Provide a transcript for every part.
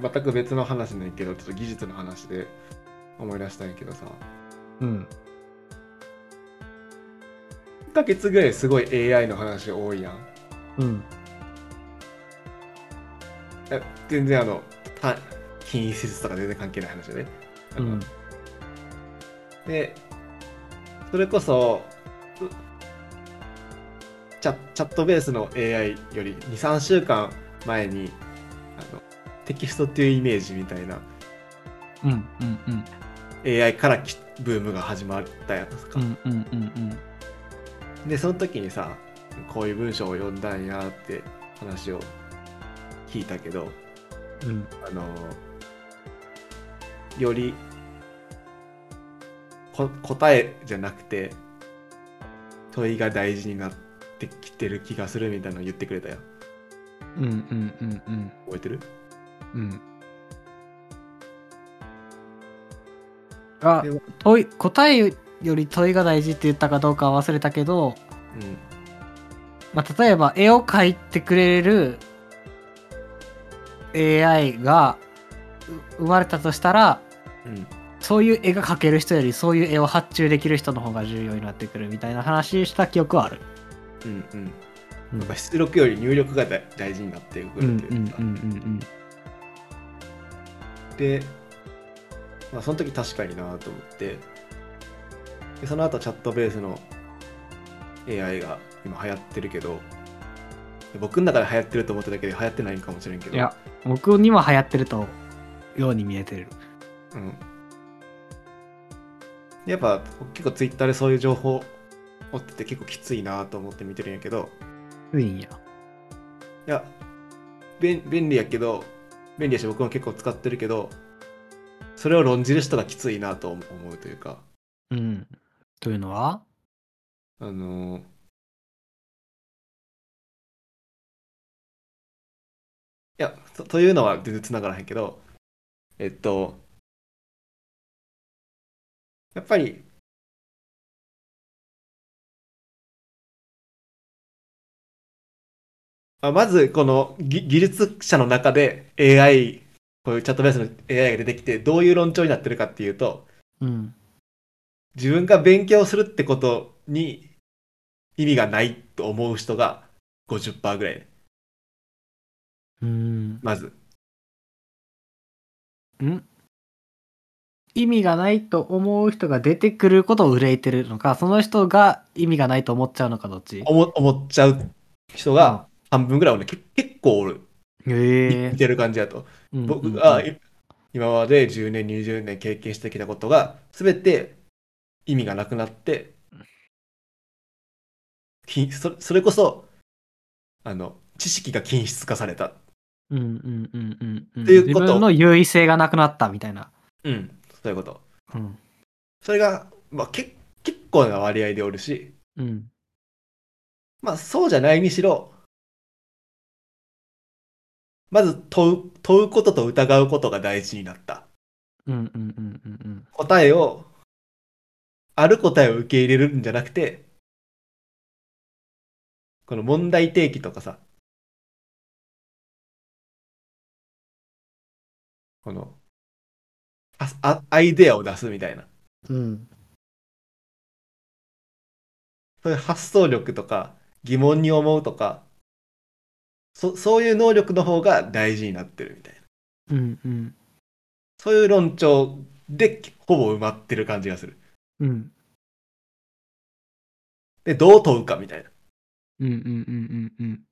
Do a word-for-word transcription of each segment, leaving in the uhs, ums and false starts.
全く別の話なんやけど、ちょっと技術の話で思い出したんやけどさ、 うん。 いっかげつぐらいすごい エーアイ の話多いやん。 うん。 え全然あの、た品質とか全然関係ない話でね。あのうん。 で、それこそ、チャチャットベースの エーアイ よりに、さんしゅうかんまえにあのテキストっていうイメージみたいなうん。うん。うん。 エーアイ からきブームが始まったやんか、 うん。うん。うん。 でその時にさ、こういう文章を読んだんやって話を聞いたけど、 うん。 あのよりこ答えじゃなくて問いが大事になってきてる気がするみたいなのを言ってくれたよ。 うん。うん。うん。うん。 覚えてる？ うんあで、うん、 問い答えより問いが大事って言ったかどうかは忘れたけど、まあ、例えば絵を描いてくれる エーアイ がう生まれたとしたら、 うんそういう絵が描ける人よりそういう絵を発注できる人の方が重要になってくるみたいな話した記憶はある。 うんうんうんやっぱ出力より入力が大大事になってくうんるというか、 うんうんうんで、まあ、その時確かになと思って、でその後チャットベースの エーアイ が今流行ってるけど、僕の中で流行ってると思ってたけど流行ってないんかもしれんけど、 いや僕には流行ってるとように見えてる。 うん、やっぱ結構ツイッターでそういう情報を追ってて結構きついなと思って見てるんやけど、 いいんや。 いや便便利やけど便利やし僕も結構使ってるけど、それを論じる人がきついなと思うというか、 うんというのはあのーいやとというのは全然つながらへんけど、えっとやっぱりあまずこの技技術者の中で エーアイ、こういうチャットベースの エーアイ が出てきてどういう論調になってるかっていうと、 うん自分が勉強するってことに意味がないと思う人がごじゅっパーセントぐらい。 うんまず。 ん意味がないと思う人が出てくることを憂いてるのか、その人が意味がないと思っちゃうのか、どっち？ 思思っちゃう人うんが半分ぐらい俺け結構おる。見へえ。 見てる感じだと。 うんう僕んうんがい今までじゅうねん、にじゅうねん経験してきたことが全て意味がなくなって、きそそれこそあの知識が均質化されたっうんうんうんうんうん。 ていう自ことを、 分の優位性がなくなったみたいな。 うん、そういうこと。 うんそれが、まあ、け結構な割合でおるし、 うんまあそうじゃないにしろ、まず問う、問うことと疑うことが大事になった。 うんうんうんうん答えを、ある答えを受け入れるんじゃなくて、この問題提起とかさ、この、ああアイデアを出すみたいな。 うんうんそういう発想力とか、疑問に思うとか、そ、そういう能力の方が大事になってるみたいな。 うんうんそういう論調でほぼ埋まってる感じがする。 うんで、どう問うかみたいな。 うんうんうんうん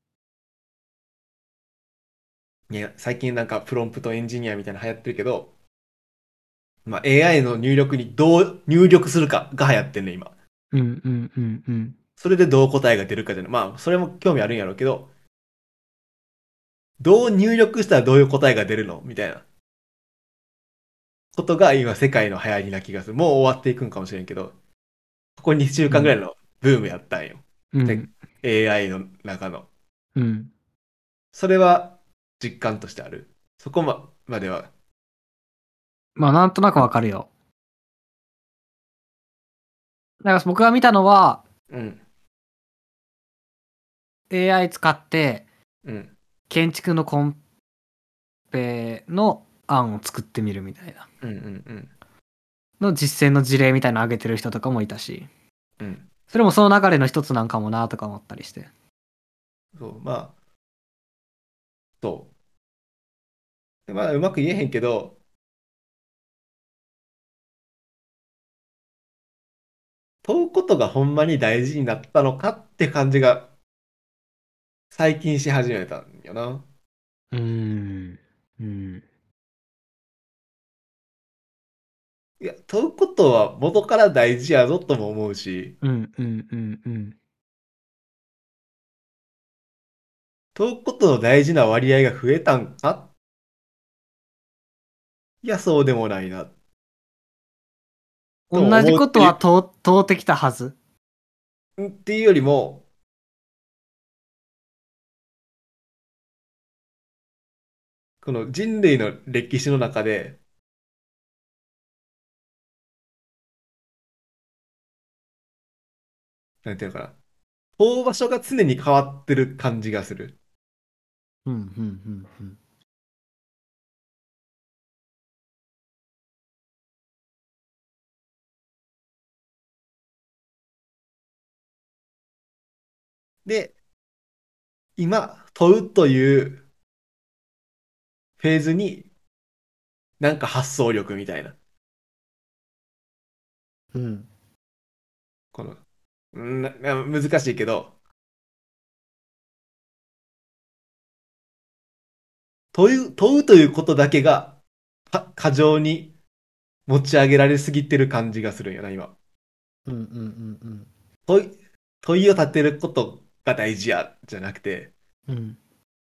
いや、最近なんかプロンプトエンジニアみたいなの流行ってるけど、まあ、エーアイ の入力にどう入力するかが流行ってんね、今。 うんうんうんうんそれでどう答えが出るかじゃない。まあ、それも興味あるんやろうけど、どう入力したらどういう答えが出るのみたいなことが今世界の流行りな気がする。もう終わっていくんかもしれんけど、ここにしゅうかんぐらいのブームやったんよ。でうんエーアイ の中の。 うんそれは実感としてある。そこままでは。 まあなんとなくわかるよ。だから僕が見たのはうん。 エーアイ 使ってうん。 建築のコンペの案を作ってみるみたいなうんうんの実践の事例みたいなの上げてる人とかもいたし、 うん。うん。 それもその流れの一つなんかもなとか思ったりして。 そう、まあ、そう。でまあ、うまく言えへんけど、問うことがほんまに大事になったのかって感じが最近し始めたんよな。 うーん。うん。 いや、問うことは元から大事やぞとも思うし、 うんうんうんうん。 問うことの大事な割合が増えたんか、いや、そうでもないな、とも同じことは思うっていう、 問う問うてきたはず。 っていうよりも、この人類の歴史の中で、なんていうのかな、問う場所が常に変わってる感じがする。 うんうんうんうん。 で、今、問うというフェーズに、なんか発想力みたいな。 うん。 この、んなな難しいけど、問う、問うということだけが、か過剰に持ち上げられすぎてる感じがするんやな、今。 うんうんうん問い、問いを立てることが大事や、じゃなくて、 うん。うん。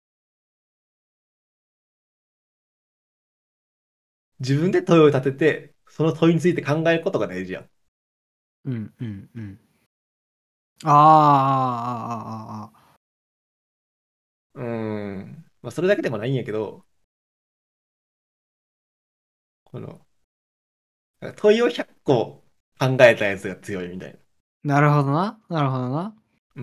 自分で問いを立てて、その問いについて考えることが大事や。 うんうんうん。ああ、ああ、ああ、ああ。 うーん。まあ、それだけでもないんやけど、この、問いをひゃっこ考えたやつが強いみたいな。 なるほどな。なるほどな。 うん。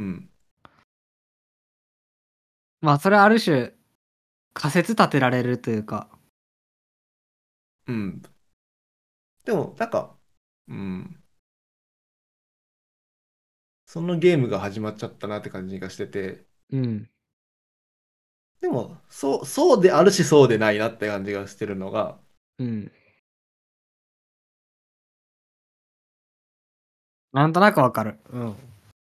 まあ、それはある種、仮説立てられるというか。 うん。でも、なんか、うん。そのゲームが始まっちゃったなって感じがしてて、 うん。 でも、そう、そうであるし、そうでないなって感じがしてるのが、 うん。なんとなくわかる。うん。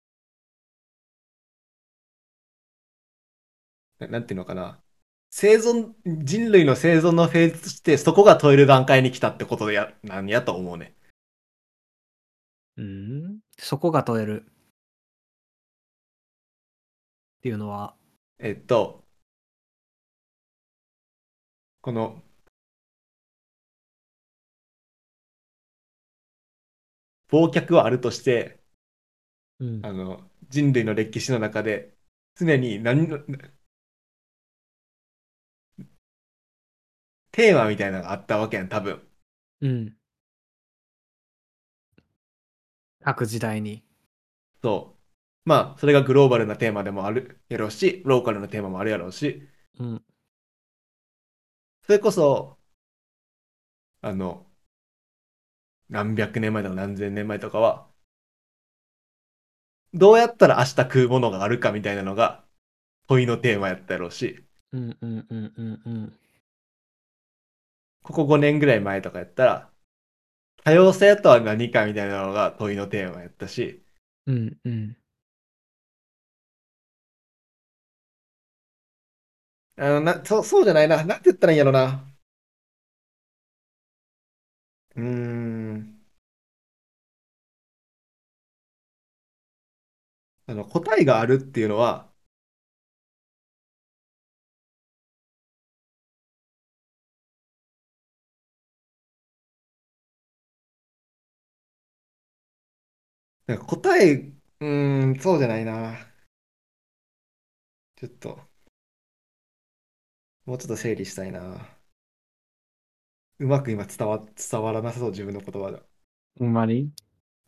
ななんていうのかな。生存、人類の生存のフェーズとして、そこが問える段階に来たってことでや、なんやと思うね。 うん。そこが問えるっていうのは。 えっと、この、忘却はあるとして、 うん。 あの、人類の歴史の中で、常に何の、テーマみたいなのがあったわけやん、多分。 うん。各時代に。 そう。まあ、それがグローバルなテーマでもあるやろうし、ローカルなテーマもあるやろうし、 うん。 それこそ、あの、何百年前とか何千年前とかは、どうやったら明日食うものがあるかみたいなのが問いのテーマやったやろうし、 うんうんうんうんうん。 ここごねんぐらい前とかやったら、多様性とは何かみたいなのが問いのテーマやったし、 うんうん。 あのな、そう、そうじゃないな。なんて言ったらいいんやろな。うーん。あの、答えがあるっていうのは、なんか答え、うーん、そうじゃないな。ちょっと、もうちょっと整理したいな。うまく今伝わ、伝わらなさそう、自分の言葉が。 ほんまに。 うん。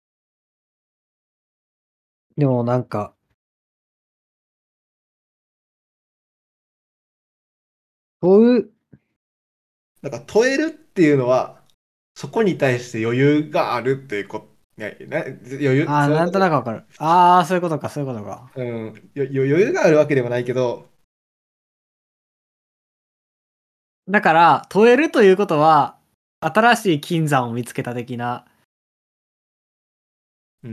でもなんか、 問う。 なんか問えるっていうのは、そこに対して余裕があるっていうこと、いやな余裕、 ああ、なんそういうこと、 となくわかる。ああ、そういうことか、そういうことか。 うん、よ余裕があるわけでもないけど、 だから、問えるということは、新しい金山を見つけた的なうん、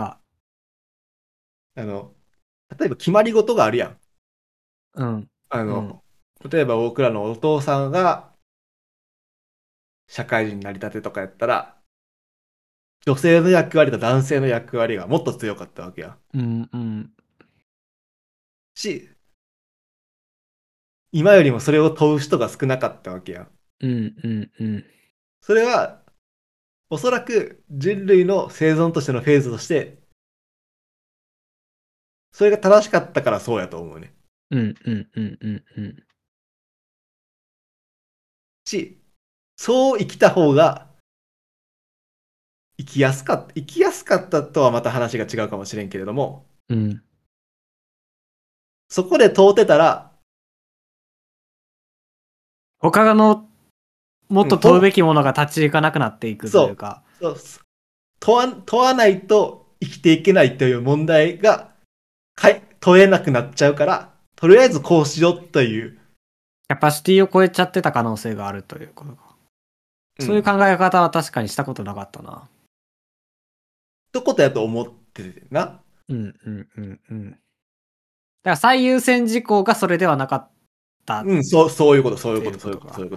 何か。 あの、例えば決まり事があるやん。 うん。 あうん。 の、例えば僕らのお父さんが社会人になりたてとかやったら、女性の役割と男性の役割がもっと強かったわけやん。 うん。うん。 し、今よりもそれを問う人が少なかったわけやん。 うん。うん。うん。 それは、おそらく人類の生存としてのフェーズとして、それが正しかったからそうやと思うね。 うん。うん。うん。うん。うん。 し、そう生きた方が生きやすかった、生きやすかったとはまた話が違うかもしれんけれども、 うん。 そこで問うてたら、 他のもっうん、 と問うべほきものが立ち行かなくなっていくというそか。 う、そう、問わ、問わないと生きていけないという問題がかい問えなくなっちゃうから、とりあえずこうしようという、 キャパシティを超えちゃってた可能性があるということか。そういう考うん、 え方は確かにしたことなかったな。 とことやと思っててな。 うん。うん。うん。うん。だから最優先事項がそれではなかったっうん、そう、そういうこと、そういうていこと、そういうこと、そううことか。 いうこと。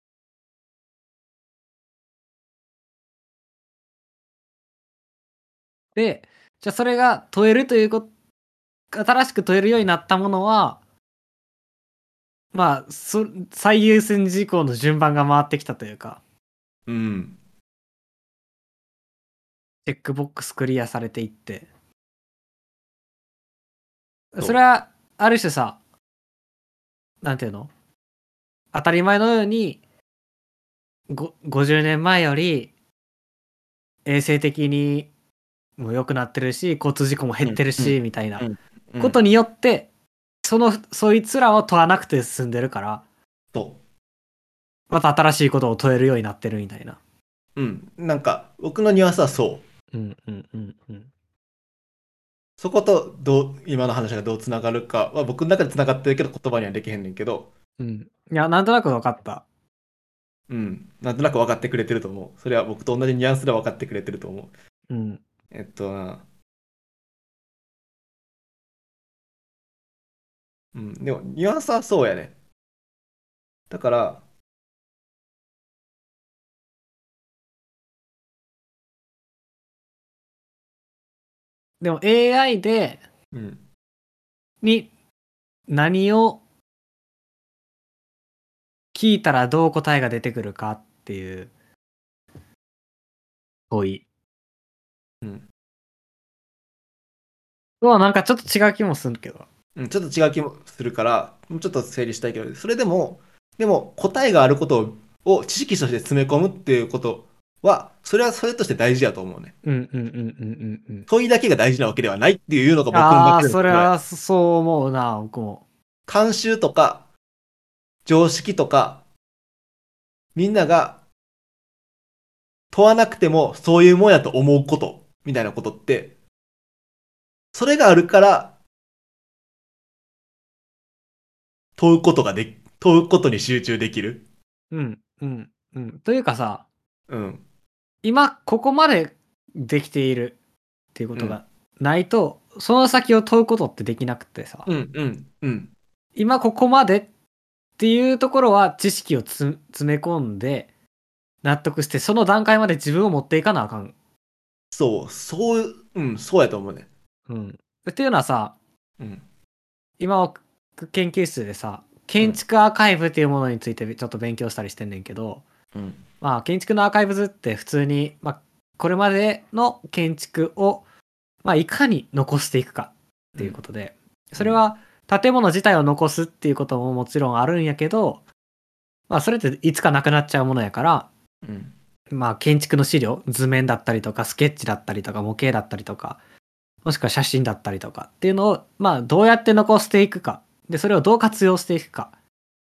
で、じゃあそれが問えるということ、新しく問えるようになったものは、まあ、そ最優先事項の順番が回ってきたというか、 うん。 チェックボックスクリアされていって、それそは、ある種さ、なんていうの、当たり前のように、ごごじゅうねんまえより衛生的にも良くなってるし、交通事故もう。うん、 減ってるし、 うん、 みたいなうん、うん。 ことによって、その、そいつらを問わなくて済んでるから、 そまた新しいことを問えるようになってるみたいな。 う。うん。なんか、僕のニュアンスはそう。 うんうんうんうん。 そことどう、今の話がどうつながるかは僕の中でつながってるけど言葉にはできへんねんけど、 うん。いや、なんとなく分かった。 うん。なんとなく分かってくれてると思う。それは僕と同じニュアンスで分かってくれてると思う。 うん。 えっとな、うん。でも、ニュアンスはそうやね。だから、 でも エーアイ で、 うん。 に何を聞いたらどう答えが出てくるかっていう問いうん。 はなんかちょっと違う気もするけど。 うん、ちょっと違う気もするから、もうちょっと整理したいけど、それでも、でも答えがあることを、を知識として詰め込むっていうことは、それはそれとして大事だと思うね。 うんうんうんうんうんうん。 問いだけが大事なわけではないっていうのが僕のああ、 中での答え。 それはそう思うな、僕も。 慣習とか常識とか、みんなが問わなくてもそういうもんやと思うことみたいなことって、それがあるから問うことができ、問うことに集中できる。 うんうんうん。というかさ、 うん。 今ここまでできているっていうこうん。 とがないと、その先を問うことってできなくてさ、 うん。うん。うん。 今ここまでっていうところは知識をつ詰め込んで納得して、その段階まで自分を持っていかなあかん。 そう、そう、うん、そうやと思うね。 うん。っていうのはさ、 うん。 今僕研究室でさ、 うん。 建築アーカイブっていうものについてちょっと勉強したりしてんねんけど、 うん。 まあ建築のアーカイブズって普通に、まあこれまでの建築を、まあいかに残していくかっていうことで、それは建物自体を残すっていうことももちろんあるんやけど、まあそれっていつかなくなっちゃうものやから、 うん。 まあ建築の資料、図面だったりとかスケッチだったりとか模型だったりとか、もしくは写真だったりとかっていうのを、まあどうやって残していくか、でそれをどう活用していくか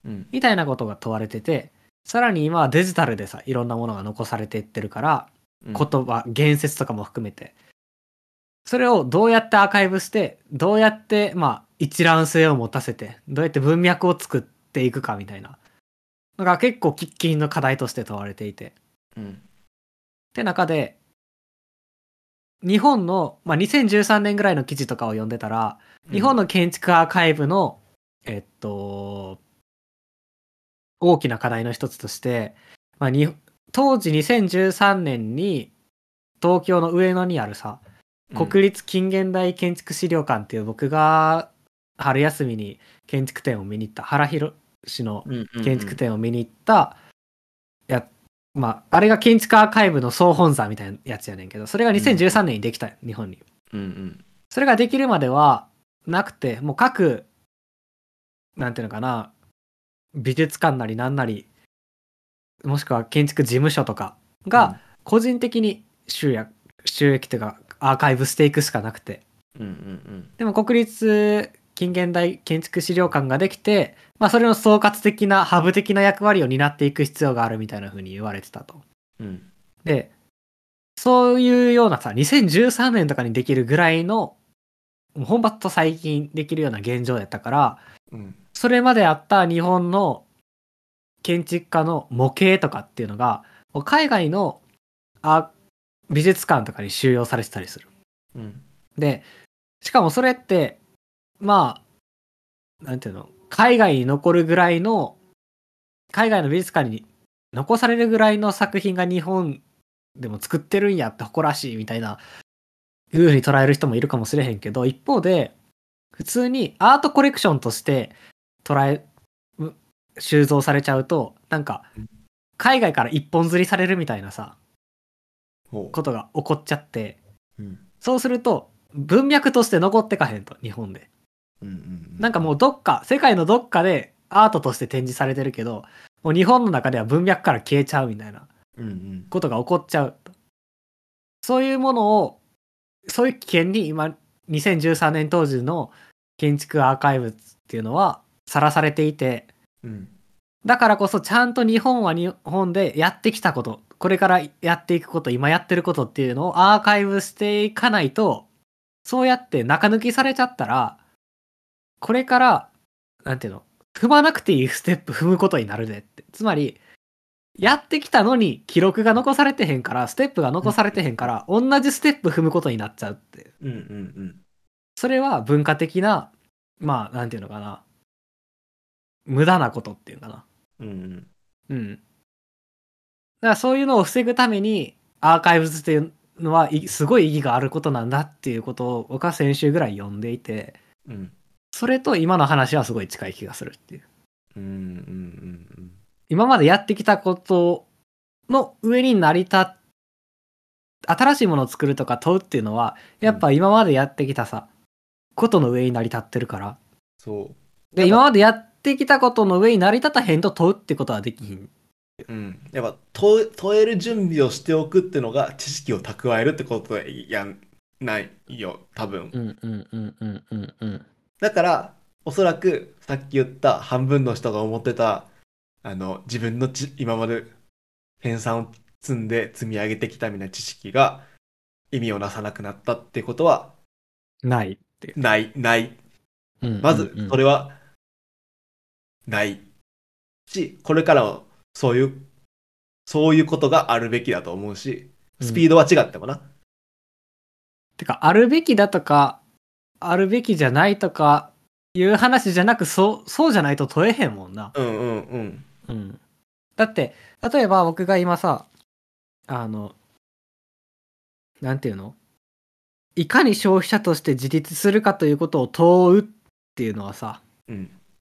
うんみたいなことが問われてて、さらに今はデジタルでさ、いろんなものが残されていってるから、 うん言葉、言説とかも含めて、それをどうやってアーカイブして、どうやって、まあ、一覧性を持たせて、どうやって文脈を作っていくかみたいなのが結構喫緊の課題として問われていて。 うんって中で、日本の、まあ、にせんじゅうさんねんぐらいの記事とかを読んでたら、日本の建築アーカイブの、えっと、大きな課題の一つとして、まあ、に当時にせんじゅうさんねんに東京の上野にあるさ、国立近現代建築資料館っていう僕が春休みに建築展を見に行った原弘氏の建築展を見に行ったや、まああれが建築アーカイブの総本山みたいなやつやねんけど、それがにせんじゅうさんねんにできた、日本に。 うんうんそれができるまではなくて、もう各なんていうのかな、美術館なりなんなり、もしくは建築事務所とかが個人的に収益、収益というかアーカイブしていくしかなくて、 うんうんでも国立近現代建築資料館ができて、まあそれの総括的なハブ的な役割を担っていく必要があるみたいな風に言われてたと。 うんで、そういうようなさ、にせんじゅうさんねんとかにできるぐらいの、ほんばっと最近できるような現状やったから、 うんそれまであった日本の建築家の模型とかっていうのが、海外のあ美術館とかに収容されてたりする。 うんで、しかもそれって、まあ、なんていうの、海外に残るぐらいの、海外の美術館に残されるぐらいの作品が日本でも作ってるんやって誇らしいみたいな、いう風に捉える人もいるかもしれへんけど、一方で、普通にアートコレクションとして捉え、収蔵されちゃうと、なんか、海外から一本釣りされるみたいなさ、 ほうことが起こっちゃって、 うんそうすると、文脈として残ってかへんと、日本で。 うんうんなんかもうどっか、世界のどっかでアートとして展示されてるけど、もう日本の中では文脈から消えちゃうみたいなうんうんことが起こっちゃうと。そういうものを、そういう危険に今、にせんじゅうさんねん当時の建築アーカイブっていうのはさらされていて、 うんだからこそちゃんと日本は日本でやってきたこと、これからやっていくこと、今やってることっていうのをアーカイブしていかないと、そうやって中抜きされちゃったら、これから、なんていうの、踏まなくていいステップ踏むことになるでって。つまり、やってきたのに記録が残されてへんから、ステップが残されてへんから、同じステップ踏むことになっちゃうって。 うんうんそれは文化的な、まあ、なんていうのかな。無駄なことっていうかな。 うんうんうん。だからそういうのを防ぐために、アーカイブズっていうのはいすごい意義があることなんだっていうことを僕は先週ぐらい読んでいて、 うんそれと今の話はすごい近い気がするっていう。 うんうんうん今までやってきたことの上に成り立っ、新しいものを作るとか問うっていうのは、やっぱ今までやってきたさ、ことの上に成り立ってるから。 そうで、今までやってきたことの上に成り立たへんと問うってことはできひん。 うんやっぱ問問える準備をしておくってのが知識を蓄えるってことやんないよ多分、 うんうんうんうんうんうん。 だからおそらくさっき言った半分の人が思ってたあの自分のち今まで編纂を積んで積み上げてきたみたいな知識が意味をなさなくなったってことはないっていう。 ないないうんうんうんまずそれはないし、これからもそういうそういうことがあるべきだと思うし、スピードは違ってもな。 てか、あるべきだとか、あるべきじゃないとかいう話じゃなく、そう、そうじゃないと問えへんもんな。 うんうんうん。 うん。だって、例えば僕が今さ、あの、なんていうの？いかに消費者として自立するかということを問うっていうのはさ、 うん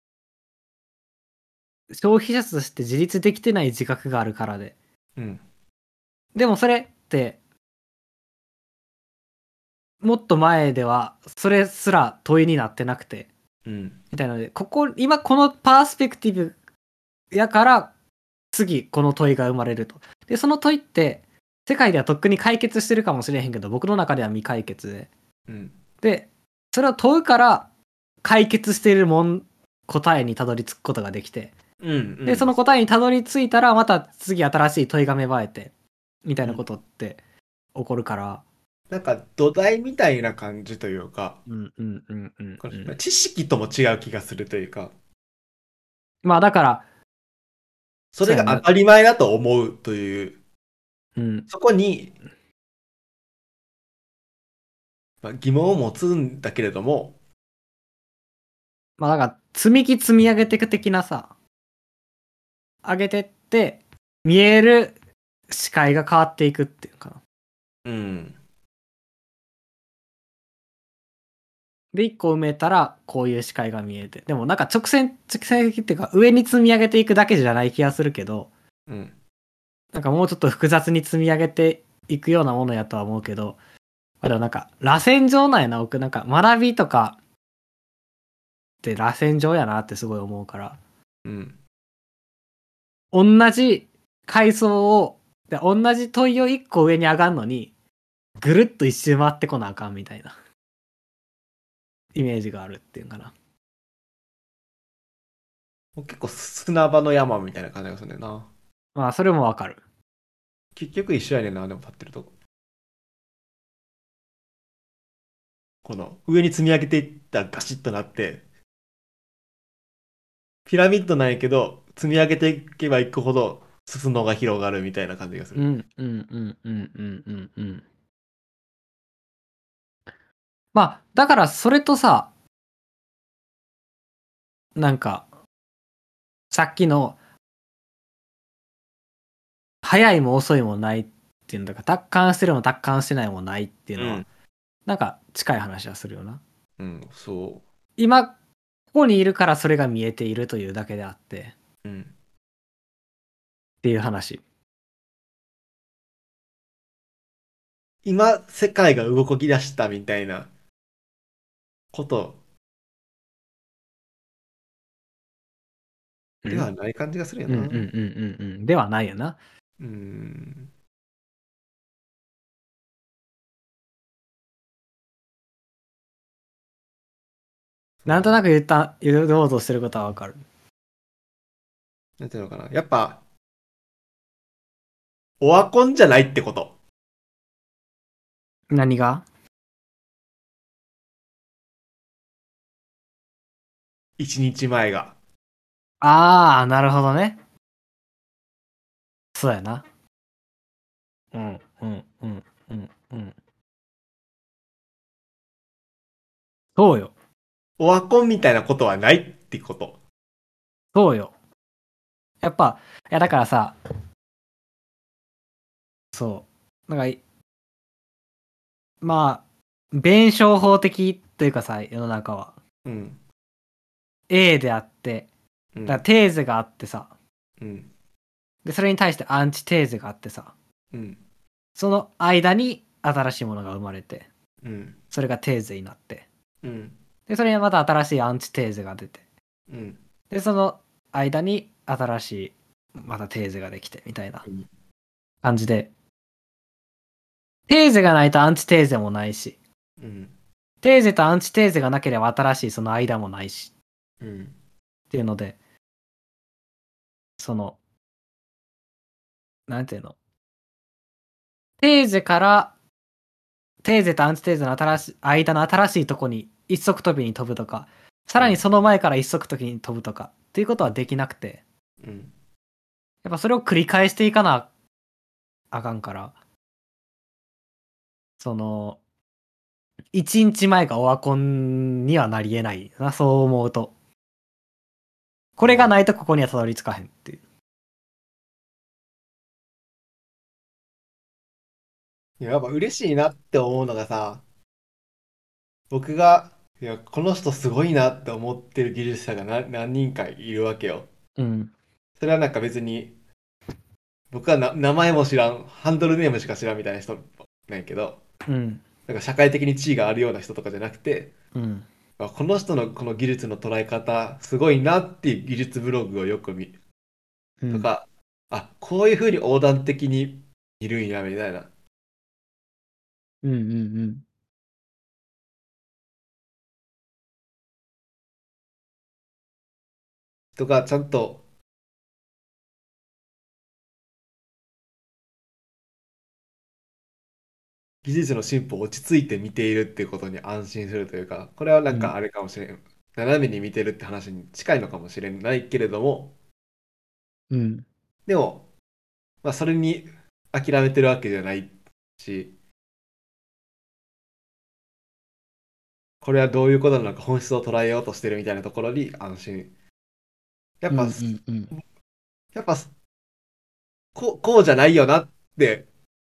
消費者として自立できてない自覚があるからで。 うんでもそれって、もっと前では、それすら問いになってなくて、 うんみたいなので、ここ、今このパースペクティブやから、次この問いが生まれると。で、その問いって、世界ではとっくに解決してるかもしれへんけど、僕の中では未解決で。 うんで、それを問うから、解決しているもん、答えにたどり着くことができて、 うんうで、そん。 の答えにたどり着いたら、また次新しい問いが芽生えて、みたいなことって起こるから。 なんか土台みたいな感じというか、 うんうんうんうんこうん。 の知識とも違う気がするというか、 まあだから、 それが当そうやな。 たり前だと思うという、 うん。 そこに、まあ、疑問を持つんだけれども、 まあだから、積み木積み上げていく的なさ、上げてって、見える視界が変わっていくっていうかな。 うん、 で、一個埋めたら、こういう視界が見えて。でもなんか直線、直線的っていうか、上に積み上げていくだけじゃない気がするけど、 うん、 なんかもうちょっと複雑に積み上げていくようなものやとは思うけど、まあでもなんか、螺旋状なんやな、僕なんか学びとかって螺旋状やなってすごい思うから、 うん。 同じ階層を、で同じ問いを一個上に上がんのに、ぐるっと一周回ってこなあかんみたいなイメージがあるっていうかな。 結構砂場の山みたいな感じがするんだよな。 まあ、それもわかる。 結局一緒やねんな、でも立ってるとこ。この上に積み上げていったらガシッとなって、ピラミッドなんやけど、積み上げていけばいくほど裾野が広がるみたいな感じがする。 うん、うん、うん、うん、うん、うん、うん。まあ、だからそれとさ、なんか、さっきの、早いも遅いもないっていうのだから、達観してるも達観してないもないっていうのは、 うん。 なんか近い話はするよな。 うん、そ今、ここにいるからそれが見えているというだけであって、 う。うん。 っていう話。 今、世界が動き出したみたいなことうん、 ではない感じがするようん、うん、 な。 うん、うん、うん。ではないよな。 うん。 なんとそう。 なく言った、言おうとしてることはわかる。 なんていうのかな。やっぱ、オワコンじゃないってこと。 何が？ 一日前が。 ああー、なるほどね。そうやな。うん、うん、うん、うん、うん。そうよ。 オワコンみたいなことはないってこと。 そうよ。やっぱ、いやだからさ、そう。なんかい、まあ、弁証法的というかさ、世の中は。 うん。 A であって、だからうん。 テーゼがあってさ、 うん。 で、それに対してアンチテーゼがあってさ、 うん。 その間に新しいものが生まれて、 うん。 それがテーゼになって、 うん。 で、それにまた新しいアンチテーゼが出て、 うん。 で、その間に新しい、またテーゼができて、みたいな感じで、テーゼがないとアンチテーゼもないし、 うん。 テーゼとアンチテーゼがなければ新しいその間もないし、 うん。 っていうので、その、なんていうの、テーゼから、テーゼとアンチテーゼの新しい、間の新しいとこに一足飛びに飛ぶとか、さらにその前から一足飛びに飛ぶとか、っていうことはできなくて、 うん。 やっぱそれを繰り返していかなあかんから、その、一日前がオワコンにはなり得ないな、そう思うと。これがないとここにはたどり着かへんっていう。 いや、やっぱ嬉しいなって思うのがさ、僕が、いや、この人すごいなって思ってる技術者が何、何人かいるわけよ。 うん。 それはなんか別に、僕はな名前も知らん、ハンドルネームしか知らんみたいな人なんやけど、 うん。 なんか社会的に地位があるような人とかじゃなくて、 うん。 あこの人のこの技術の捉え方、すごいなっていう技術ブログをよく見、 うん。 とか、あ、こういうふうに横断的にいるんや、みたいな。 うん。うん。うん。 とか、ちゃんと技術の進歩を落ち着いて見ているっていうことに安心するというか、これはなんうんかあれかもしれん。斜めに見てるって話に近いのかもしれないけれども、 うんでも、まあ、それに諦めてるわけじゃないし、これはどういうことなのか本質を捉えようとしてるみたいなところに安心。やっぱ、 うんうんうんやっぱ、こう、こうじゃないよなって、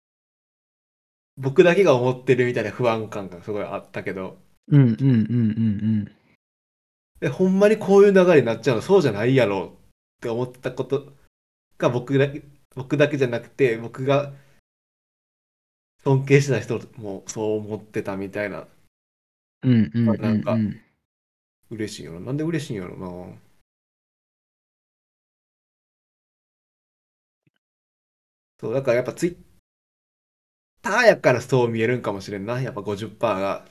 僕だけが思ってるみたいな不安感がすごいあったけど、 うんうんうんうんえ、ほんまにこういう流れになっちゃうの、そうじゃないやろって思ったことが僕だけ、僕だけじゃなくて、僕が尊敬してた人もそう思ってたみたいな、 うんうんうんうんなんかうん嬉しいよな。なんで嬉しいんやろな。そう、だからやっぱツイッターやからそう見えるんかもしれんな。やっぱごじゅっパーセントが。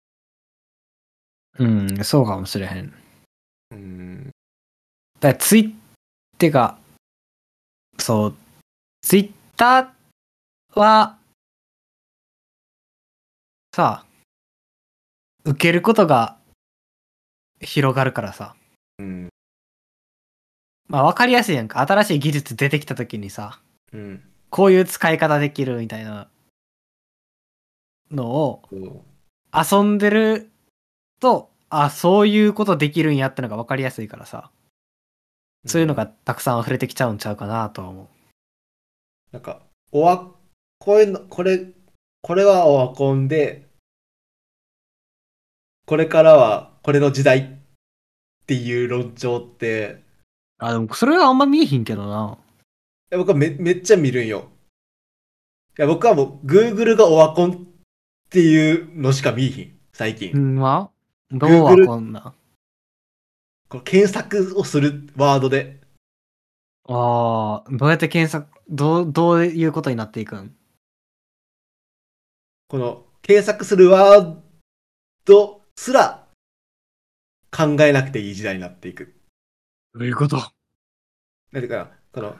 うんそうかもしれへん。 うん、 だからツイッてかそうツイッターはさ受けることが広がるからさ、 うん、 まあ分かりやすいやんか。新しい技術出てきた時にさ、 うん。 こういう使い方できるみたいなのをそう、 遊んでると、あ、そういうことできるんやってのが分かりやすいからさ、そういうのうん。 がたくさん溢れてきちゃうんちゃうかなとは思なんか、おわ、こういうの、これ、これはオワコンで、これからはこれの時代っていう論調って、 う。あ、でもそれはあんま見えひんけどな。 いや僕はめ、めっちゃ見るんよ。いや、僕はもう、Google がオワコンっていうのしか見えひん、最近。 うんまどうは Google、 こんな。 この検索をするワードで、 ああ、どうやって検索、どう、どういうことになっていくん？ この検索するワードすら考えなくていい時代になっていく。 どういうこと？ なんていうかな、この、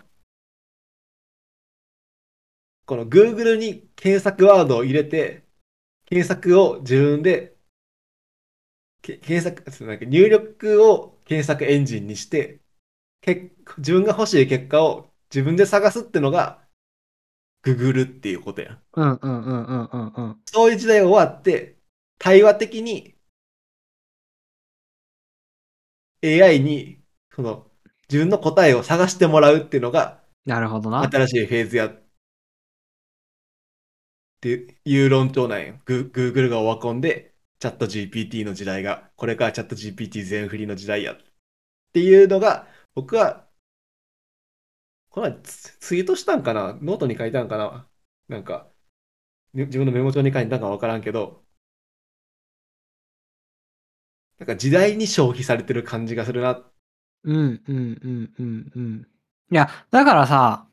この Google に検索ワードを入れて、検索を自分で、け検索、そのなんか入力を検索エンジンにして、け自分が欲しい結果を自分で探すってのが Google っていうことやん。 うんうんうんうんうんうん。 そういう時代が終わって、対話的に エーアイ にその自分の答えを探してもらうっていうのがなるほどな。 新しいフェーズやっていう論調なんよ。グ Google がオワコンでチャット ジーピーティー の時代が、これからチャット ジーピーティー 全振りの時代やっていうのが、僕は、この前ツツイートしたんかな、ノートに書いたんかな、なんか、ね自分のメモ帳に書いたんかわからんけど、なんか時代に消費されてる感じがするな。 うんうんうんうんうん。いや、だからさ、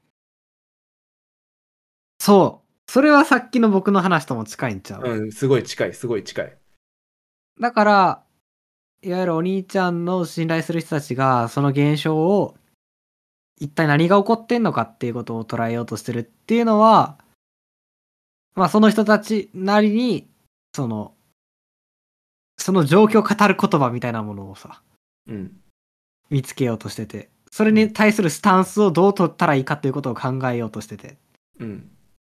そう。それはさっきの僕の話とも近いんちゃう？ うん、すごい近い、すごい近い。 だから、いわゆるお兄ちゃんの信頼する人たちが、その現象を、一体何が起こってんのかっていうことを捉えようとしてるっていうのは、まあその人たちなりに、その、その状況を語る言葉みたいなものをさ、 うん、 見つけようとしてて、それうん、 に対するスタンスをどう取ったらいいかっていうことを考えようとしててっうん、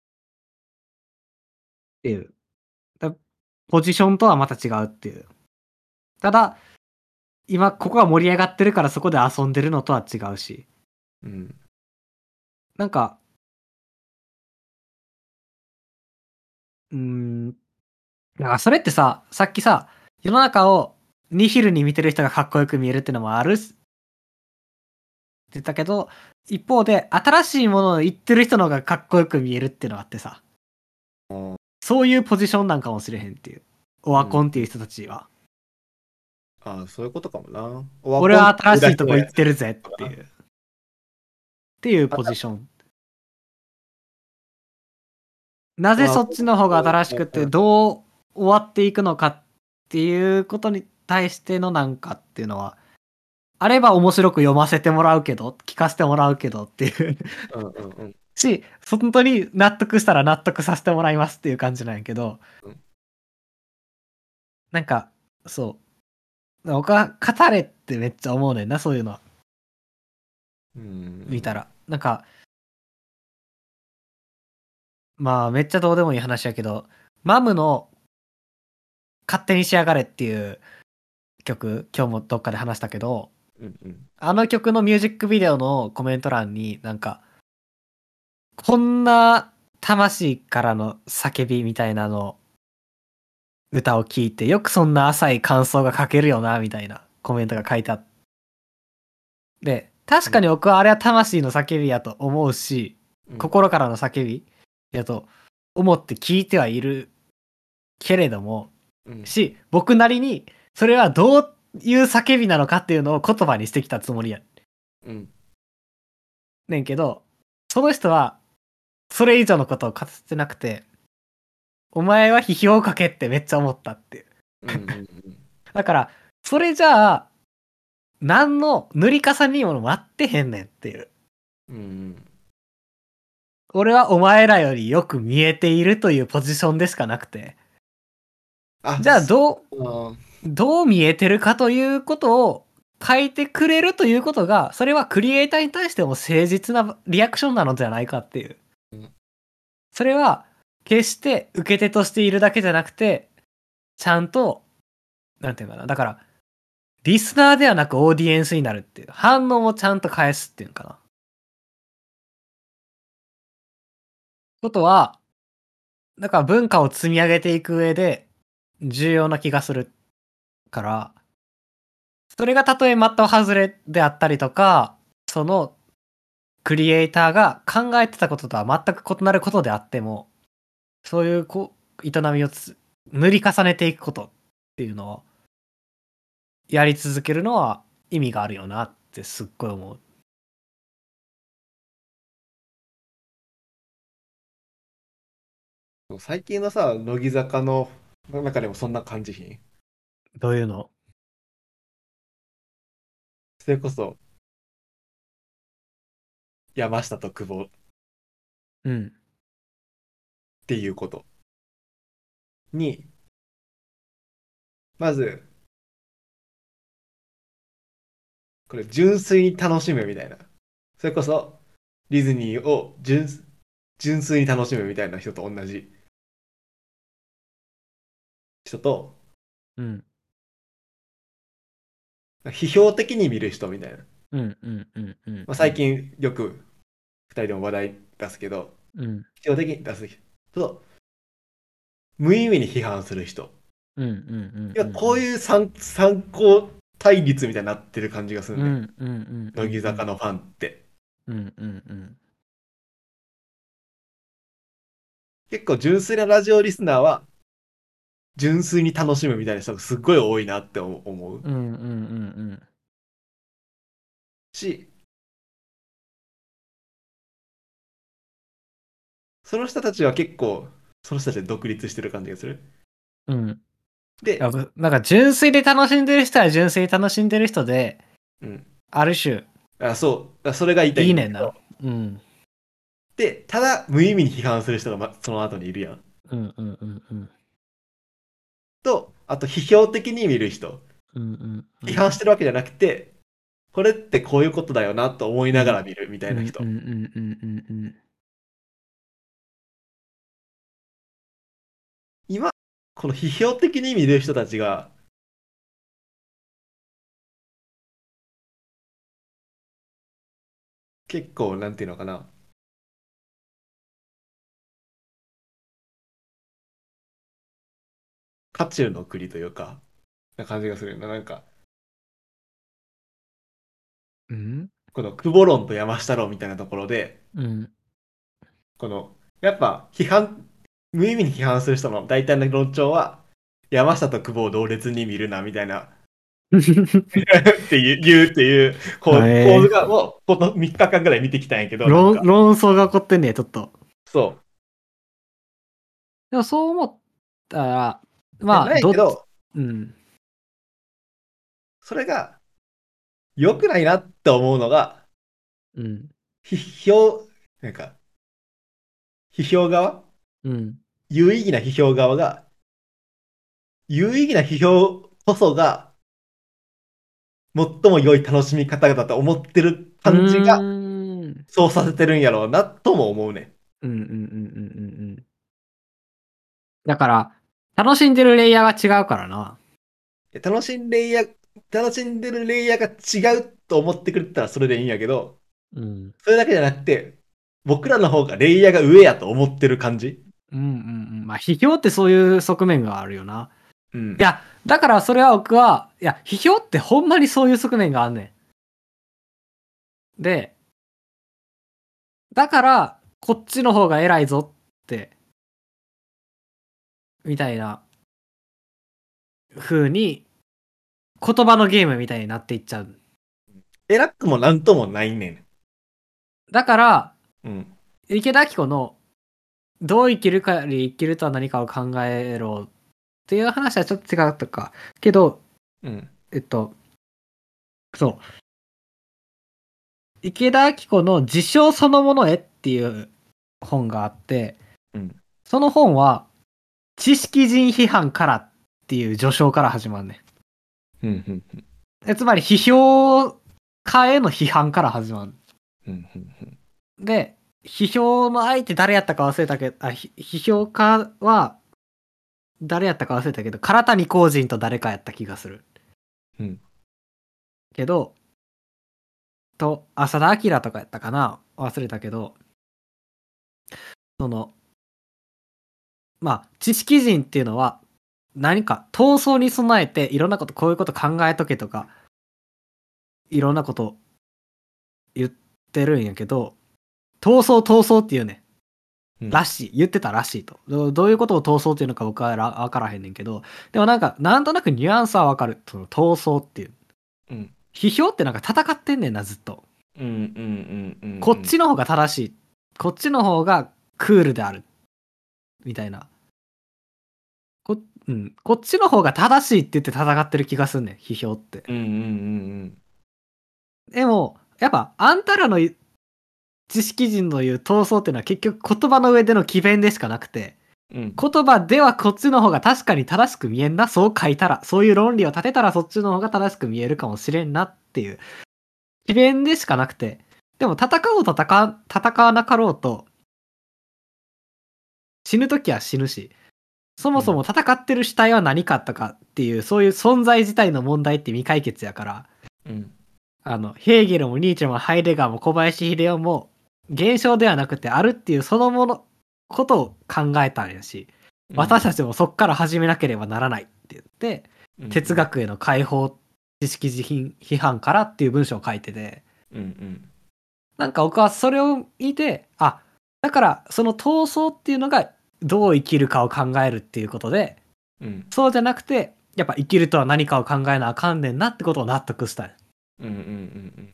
ていう。だポジションとはまた違うっていう。ただ、今ここが盛り上がってるからそこで遊んでるのとは違うし。 うん、 なんか、うーん、だからそれってさ、さっきさ、世の中をニヒルに見てる人がかっこよく見えるってのもあるって言ったけど、一方で新しいものを言ってる人の方がかっこよく見えるってのがあってさ、そういうポジションなんかもしれへんっていう。オワうん。 コンっていう人たちは。 ああ、そういうことかもな。オワ俺コンっては新しいというだけのやこ行ってるぜつかな。 っていう。っていうあたポジション。なぜオワそっちの方がコン、 新しくてどう終わっていくのかっていうことに対してのなんかっていうのは、あれば面白く読ませてもらうけど、聞かせてもらうけどっていう。 うんうんうん。 し、本当に納得したら納得させてもらいますっていう感じなんやけど、 うんなんか、そう。僕は語れってめっちゃ思うねんな、そういうのうん見たら。なんか、まあめっちゃどうでもいい話やけど、マムの勝手に仕上がれっていう曲、今日もどっかで話したけど、 うんうんあの曲のミュージックビデオのコメント欄になんか、こんな魂からの叫びみたいなの歌を聴いて、よくそんな浅い感想が書けるよな、みたいなコメントが書いてあって。で、確かに僕はあれは魂の叫びやと思うし、 うん心からの叫びやと思って聞いてはいるけれども、 うんし、僕なりにそれはどういう叫びなのかっていうのを言葉にしてきたつもりやうんねんけど、その人はそれ以上のことを語ってなくて、お前は批評をかけってめっちゃ思ったっていう。 うんうんだから、それじゃあ、何の塗り重ねにも待ってへんねんっていう。 うんうん俺はお前らよりよく見えているというポジションでしかなくて。 あ、 じゃあどう、 そうどう見えてるかということを書いてくれるということが、それはクリエイターに対しても誠実なリアクションなのではないかっていう。 うんそれは、決して受け手としているだけじゃなくて、ちゃんと、なんていうかな。だから、リスナーではなくオーディエンスになるっていう。反応もちゃんと返すっていうのかな。ことは、だから文化を積み上げていく上で重要な気がするから、それがたとえ的外れであったりとか、そのクリエイターが考えてたこととは全く異なることであっても、そういうこう、営みをつ塗り重ねていくことっていうのをやり続けるのは意味があるよなってすっごい思う。 最近のさ、乃木坂の中でもそんな感じひん？ どういうの？ それこそ、山下と久保っうん。 ていうことに、まず、これ純粋に楽しむみたいな。それこそ、ディズニーを純純粋に楽しむみたいな人と同じ人と、 うん。 批評的に見る人みたいな。 うんうんうんうんまあ、最近よくふたりでも話題出すけど、 うん批評的に出す人と、無意味に批判する人。 うんうんうんいや、こういう参参考対立みたいになってる感じがするうんうね。 んうんうん乃木坂のファンって。 うんうんうん結構純粋なラジオリスナーは、純粋に楽しむみたいな人がすっごい多いなって思ううんうんうんし、その人たちは結構、その人たちで独立してる感じがする。 うんうん。 で、 やぶなんか純粋で楽しんでる人は純粋に楽しんでる人で、 うん。 ある種、 あ、そう。あそれが言いたいいいねんな。 んだけど。 うん。 で、ただ無意味に批判する人が、ま、その後にいるやん。 うんうんうんうん。 と、あと批評的に見る人。 うんうんう批ん。 判してるわけじゃなくて、これってこういうことだよなと思いながうんら見るみたいな人。 うんうんうんうんうんうん。 今、この批評的に見る人たちが、結構、なんていうのかな。渦中の栗というか、な感じがするよな。なんか、 うんこの久保論と山下論みたいなところで、 うんこの、やっぱ批判、無意味に批判する人の大体の論調は、山下と久保を同列に見るな、みたいな、っていう、言うっていう構構図えー、 が、もう、このみっかかんぐらい見てきたんやけど、なん論、 か、 論争が起こってんねちょっと。 そでもそう思ったら、 う。 まあ、 なんやどっち、 けど、 うん。 それが良くないなって思うのが、 うん。 批評、なんか、 批評側うん。 有意義な批評側が、有意義な批評こそが、最も良い楽しみ方だと思ってるう感じが、 ーん。 そうさせてるんやろうな、とも思うね。 うんうんうんうんうんうん。だから、楽しんでるレイヤーが違うからな。 楽しんでレイヤー、楽しんでるレイヤーが違うと思ってくれたらそれでいいんやけど、 うん。 それだけじゃなくて、僕らの方がレイヤーが上やと思ってる感じ。 うんうんうん。まあ、批評ってそういう側面があるよな。 うん。 いや、だからそれは僕は、いや、批評ってほんまにそういう側面があんねん。で、だから、こっちの方が偉いぞって、みたいな風に、言葉のゲームみたいになっていっちゃう。 偉くもなんともないねん。 だから、 うん。 池田明子の、どう生きるかより生きるとは何かを考えろっていう話はちょっと違ったか。けど、 うん。 えっと、そう。池田明子の自称そのものへっていう本があって、 うん。 その本は、知識人批判からっていう序章から始まるね。 うん。うん。 えつまり批評家への批判から始まる。 うん。うん。 で、批評の相手誰やったか忘れたけど、あ、ひ批評家は誰やったか忘れたけど、唐谷公人と誰かやった気がする。 うん。 けど、と、浅田明とかやったかな忘れたけど、その、まあ、知識人っていうのは、何か闘争に備えていろんなこと、こういうこと考えとけとか、いろんなこと言ってるんやけど、闘争闘争っていうね、 うん。 らしい。言ってたらしいと。どどういうことを闘争っていうのか僕はわからへんねんけど、でもなんか、なんとなくニュアンスはわかる。その闘争っていう。 うん。 批評ってなんか戦ってんねんな、ずっと。 うん。うん。うん。 こっちの方が正しい。こっちの方がクールである。みたいな。こ、うん。こっちの方が正しいって言って戦ってる気がすんねん、批評って。 うん。うん。うん。 でも、やっぱ、あんたらの言う知識人の言う闘争っていうのは結局言葉の上での詭弁でしかなくて、 うん。 言葉ではこっちの方が確かに正しく見えんな、そう書いたら、そういう論理を立てたらそっちの方が正しく見えるかもしれんなっていう、詭弁でしかなくて、でも戦おう戦わ、戦わなかろうと、死ぬときは死ぬし、そもそも戦ってる主体は何かったかっていう、そういう存在自体の問題って未解決やから、 うん。 あの、ヘーゲルもニーチェもハイデガーも小林秀夫も、現象ではなくてあるっていうそのもの、ことを考えたんやし、私たちもそっから始めなければならないって言って、哲学への解放、知識人批判からっていう文章を書いてて、 うん。うん。 なんか僕はそれを見て、あ、だからその闘争っていうのがどう生きるかを考えるっていうことで、 うん。 そうじゃなくて、やっぱ生きるとは何かを考えなあかんねんなってことを納得したい。 うん。うん。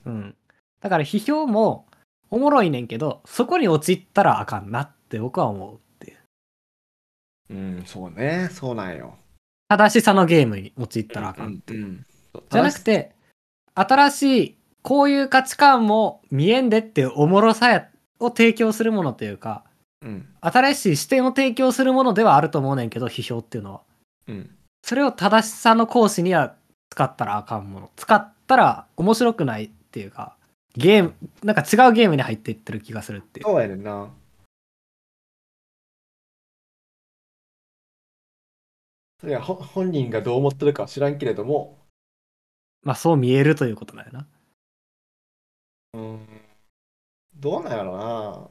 うん。だから批評もおもろいねんけど、そこに陥ったらあかんなって僕は思うっていう。 うん。そうね。そうなんよ。 正しさのゲームに陥ったらあうん。うん。 かんっていう。 うん。 じゃ正しさ。 なくて、新しい、こういう価値観も見えんでっていうおもろさやを提供するものというか、 うん。 新しい視点を提供するものではあると思うねんけど、批評っていうのは。 うん。 それを正しさの行使には使ったらあかんもの。使ったら面白くないっていうか、ゲーム、なんか違うゲームに入っていってる気がするっていう。 そうやねんな。それはほ本人がどう思ってるかは知らんけれども、 まあそう見えるということだよな。 うん。どうなんやろな。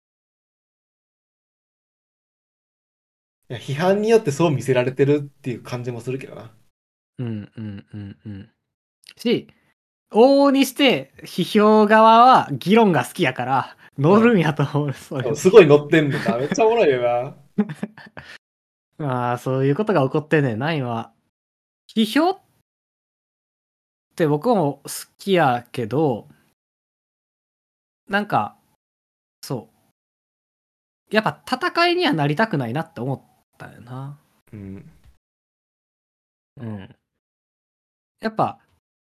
いや、批判によってそう見せられてるっていう感じもするけどな。 うんうんうんうん。し、往々にして批評側は議論が好きやから乗るんやと思う。そういううん。 の。 すごい乗ってんねんな。めっちゃおもろいよな。 まあそういうことが起こってんねんな、今。批評って僕も好きやけど、なんか、そう。やっぱ戦いにはなりたくないなって思ったよな。 うん。 うん。やっぱ、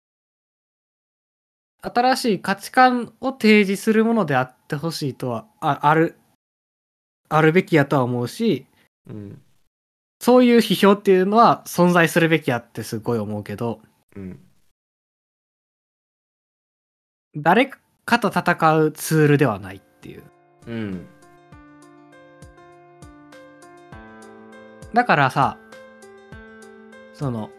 新しい価値観を提示するものであってほしいとは、あ、ある。 あるべきやとは思うし、 うんそういう批評っていうのは存在するべきやってすごい思うけど、 うん誰かと戦うツールではないっていう。 うんだからさ、その、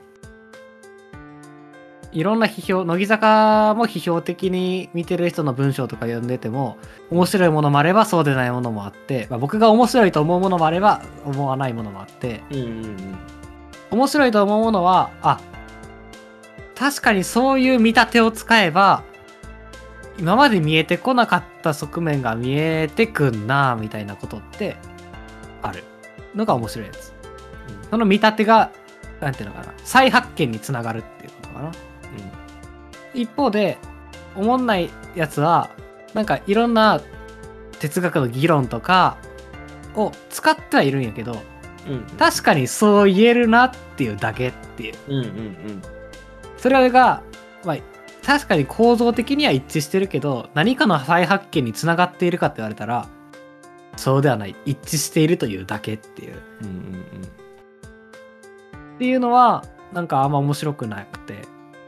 いろんな批評、乃木坂も批評的に見てる人の文章とか読んでても、面白いものもあればそうでないものもあって、まあ、僕が面白いと思うものもあれば思わないものもあって、 うんうん面白いと思うものは、あ、確かにそういう見立てを使えば、今まで見えてこなかった側面が見えてくんなみたいなことってあるのが面白いやつ。その見立てが、なんていうのかな、再発見につながるっていうことかな。一方で、おもんないやつは、なんかいろんな哲学の議論とかを使ってはいるんやけど、 うんうん確かにそう言えるなっていうだけっていう。 うんうんうんそれが、まあ、確かに構造的には一致してるけど、何かの再発見につながっているかって言われたら、そうではない。一致しているというだけっていう。 うんうんっていうのは、なんかあんま面白くなくて。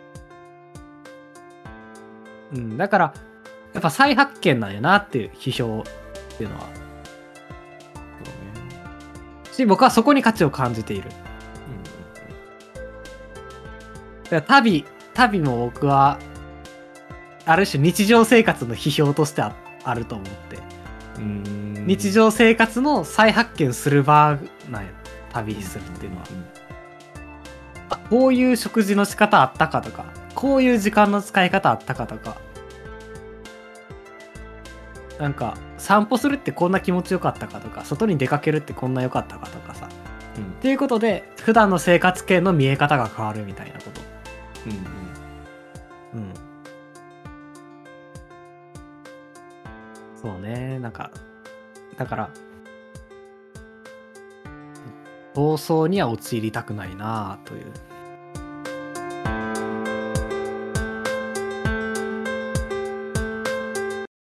うん、だから、やっぱ再発見なんやなっていう批評っていうのは。 そうねし、僕はそこに価値を感じている。だから旅、旅も僕は、ある種日常生活の批評としてああると思って。 うんうん日常生活の再発見する場なんや。旅するっていうのは。あ、こういう食事の仕方あったかとか、こういう時間の使い方あったかとか、なんか散歩するってこんな気持ちよかったかとか、外に出かけるってこんな良かったかとかさ。 うんっていうことで、普段の生活圏の見え方が変わるみたいなこと。 うんうん。そうね、なんか、だから、暴走には陥りたくないなという。